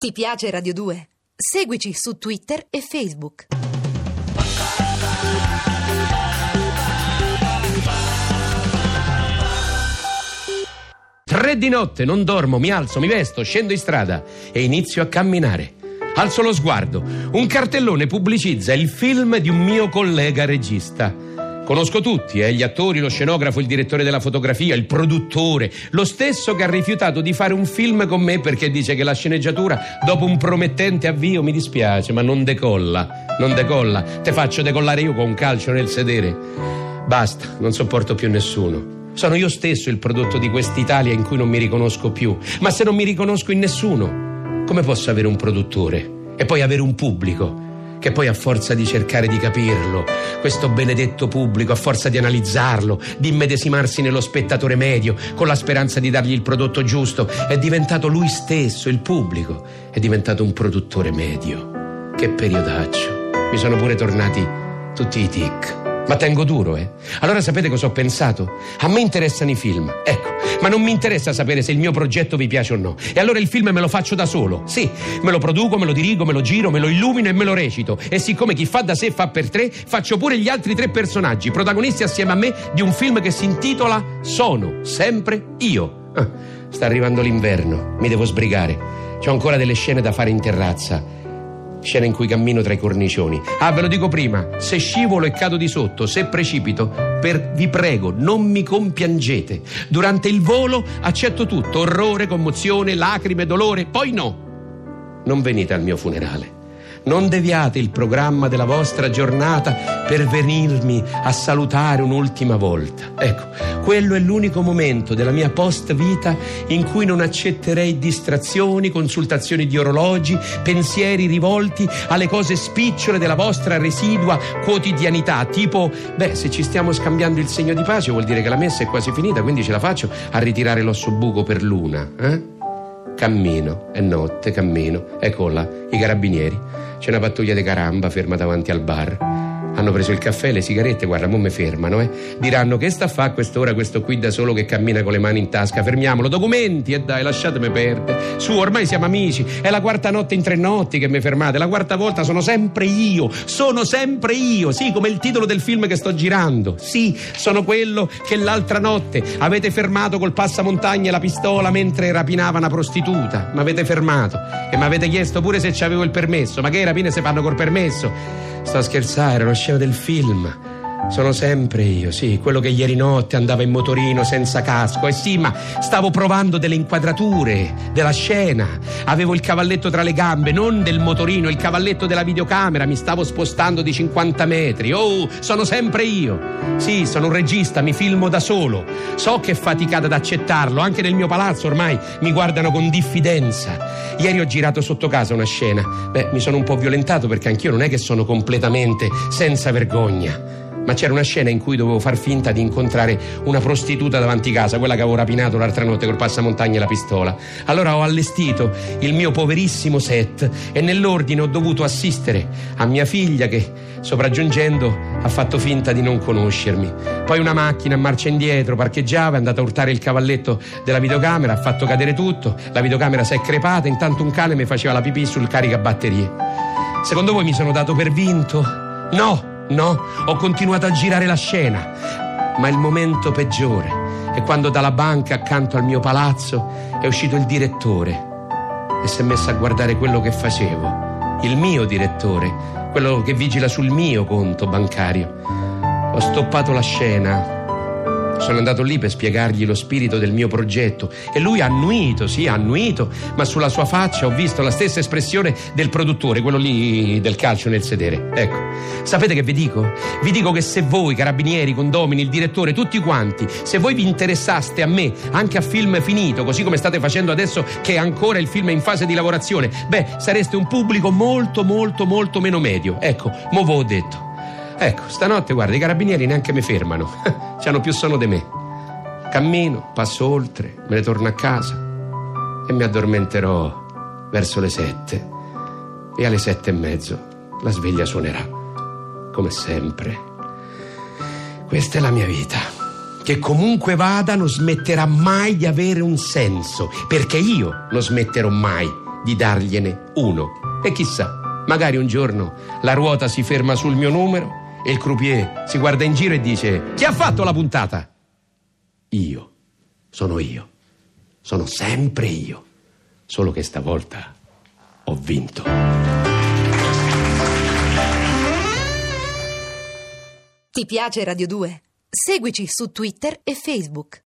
Ti piace Radio 2? Seguici su Twitter e Facebook. Tre di notte, non dormo, mi alzo, mi vesto, scendo in strada e inizio a camminare. Alzo lo sguardo. Un cartellone pubblicizza il film di un mio collega regista. Conosco tutti, gli attori, lo scenografo, il direttore della fotografia, il produttore, lo stesso che ha rifiutato di fare un film con me perché dice che la sceneggiatura, dopo un promettente avvio, mi dispiace, ma non decolla. Te faccio decollare io con un calcio nel sedere. Basta, non sopporto più nessuno. Sono io stesso il prodotto di quest'Italia in cui non mi riconosco più. Ma se non mi riconosco in nessuno, come posso avere un produttore e poi avere un pubblico? Che poi a forza di cercare di capirlo, questo benedetto pubblico, a forza di analizzarlo, di immedesimarsi nello spettatore medio, con la speranza di dargli il prodotto giusto, è diventato lui stesso, il pubblico, è diventato un produttore medio. Che periodaccio. Mi sono pure tornati tutti i tic. Ma tengo duro, Allora sapete cosa ho pensato? A me interessano i film, ecco, ma non mi interessa sapere se il mio progetto vi piace o no. E allora il film me lo faccio da solo. Sì, me lo produco, me lo dirigo, me lo giro, me lo illumino e me lo recito. E siccome chi fa da sé fa per tre, faccio pure gli altri 3 personaggi, protagonisti assieme a me di un film che si intitola Sono sempre io. Sta arrivando l'inverno, mi devo sbrigare. C'ho ancora delle scene da fare in terrazza. Scena in cui cammino tra i cornicioni. Ve lo dico prima, se scivolo e cado di sotto, se precipito, vi prego, non mi compiangete. Durante il volo accetto tutto, orrore, commozione, lacrime, dolore. Poi no, non venite al mio funerale. Non deviate il programma della vostra giornata per venirmi a salutare un'ultima volta. Ecco, quello è l'unico momento della mia post-vita in cui non accetterei distrazioni, consultazioni di orologi, pensieri rivolti alle cose spicciole della vostra residua quotidianità. Tipo, se ci stiamo scambiando il segno di pace vuol dire che la messa è quasi finita, quindi ce la faccio a ritirare l'ossobuco per l'una, Cammino, è notte, cammino. Ecco là, i carabinieri. C'è una pattuglia di caramba ferma davanti al bar. Hanno preso il caffè e le sigarette, guarda, mo me fermano, Diranno, che sta a fa a quest'ora questo qui da solo che cammina con le mani in tasca? Fermiamolo, documenti, e dai, lasciatemi perdere. Su, ormai siamo amici, è la quarta notte in 3 notti che mi fermate, la quarta volta sono sempre io, sì, come il titolo del film che sto girando. Sì, sono quello che l'altra notte avete fermato col passamontagna e la pistola mentre rapinava una prostituta. M'avete fermato e mi avete chiesto pure se c'avevo il permesso. Ma che rapine si fanno col permesso? Sto a scherzare, era una scena del film. Sono sempre io, sì, quello che ieri notte andava in motorino senza casco. E sì, ma stavo provando delle inquadrature della scena. Avevo il cavalletto tra le gambe, non del motorino, il cavalletto della videocamera. Mi stavo spostando di 50 metri. Oh, sono sempre io. Sì, sono un regista, mi filmo da solo. So che è faticata ad accettarlo. Anche nel mio palazzo ormai mi guardano con diffidenza. Ieri ho girato sotto casa una scena. Mi sono un po' violentato perché anch'io non è che sono completamente senza vergogna. Ma c'era una scena in cui dovevo far finta di incontrare una prostituta davanti casa, quella che avevo rapinato l'altra notte col passamontagna e la pistola. Allora ho allestito il mio poverissimo set e nell'ordine ho dovuto assistere a mia figlia che, sopraggiungendo, ha fatto finta di non conoscermi. Poi una macchina a marcia indietro parcheggiava, è andata a urtare il cavalletto della videocamera, ha fatto cadere tutto, la videocamera si è crepata, intanto un cane mi faceva la pipì sul caricabatterie. Secondo voi mi sono dato per vinto? No, ho continuato a girare la scena, ma il momento peggiore è quando dalla banca accanto al mio palazzo è uscito il direttore e si è messo a guardare quello che facevo. Il mio direttore, quello che vigila sul mio conto bancario. Ho stoppato la scena. Sono andato lì per spiegargli lo spirito del mio progetto e lui ha annuito, ma sulla sua faccia ho visto la stessa espressione del produttore, quello lì del calcio nel sedere. Ecco, sapete che vi dico? Vi dico che se voi, carabinieri, condomini, il direttore, tutti quanti, se voi vi interessaste a me, anche a film finito, così come state facendo adesso che ancora il film è in fase di lavorazione, sareste un pubblico molto meno medio. Ecco, mo ve l'ho detto. Ecco, stanotte, guarda, i carabinieri neanche mi fermano. C'hanno più sonno di me. Cammino, passo oltre, me ne torno a casa e mi addormenterò verso le 7. E alle 7:30 la sveglia suonerà. Come sempre. Questa è la mia vita, che comunque vada non smetterà mai di avere un senso, perché io non smetterò mai di dargliene uno. E chissà, magari un giorno la ruota si ferma sul mio numero e il croupier si guarda in giro e dice: chi ha fatto la puntata? Io. Sono sempre io. Solo che stavolta ho vinto. Ti piace Radio 2? Seguici su Twitter e Facebook.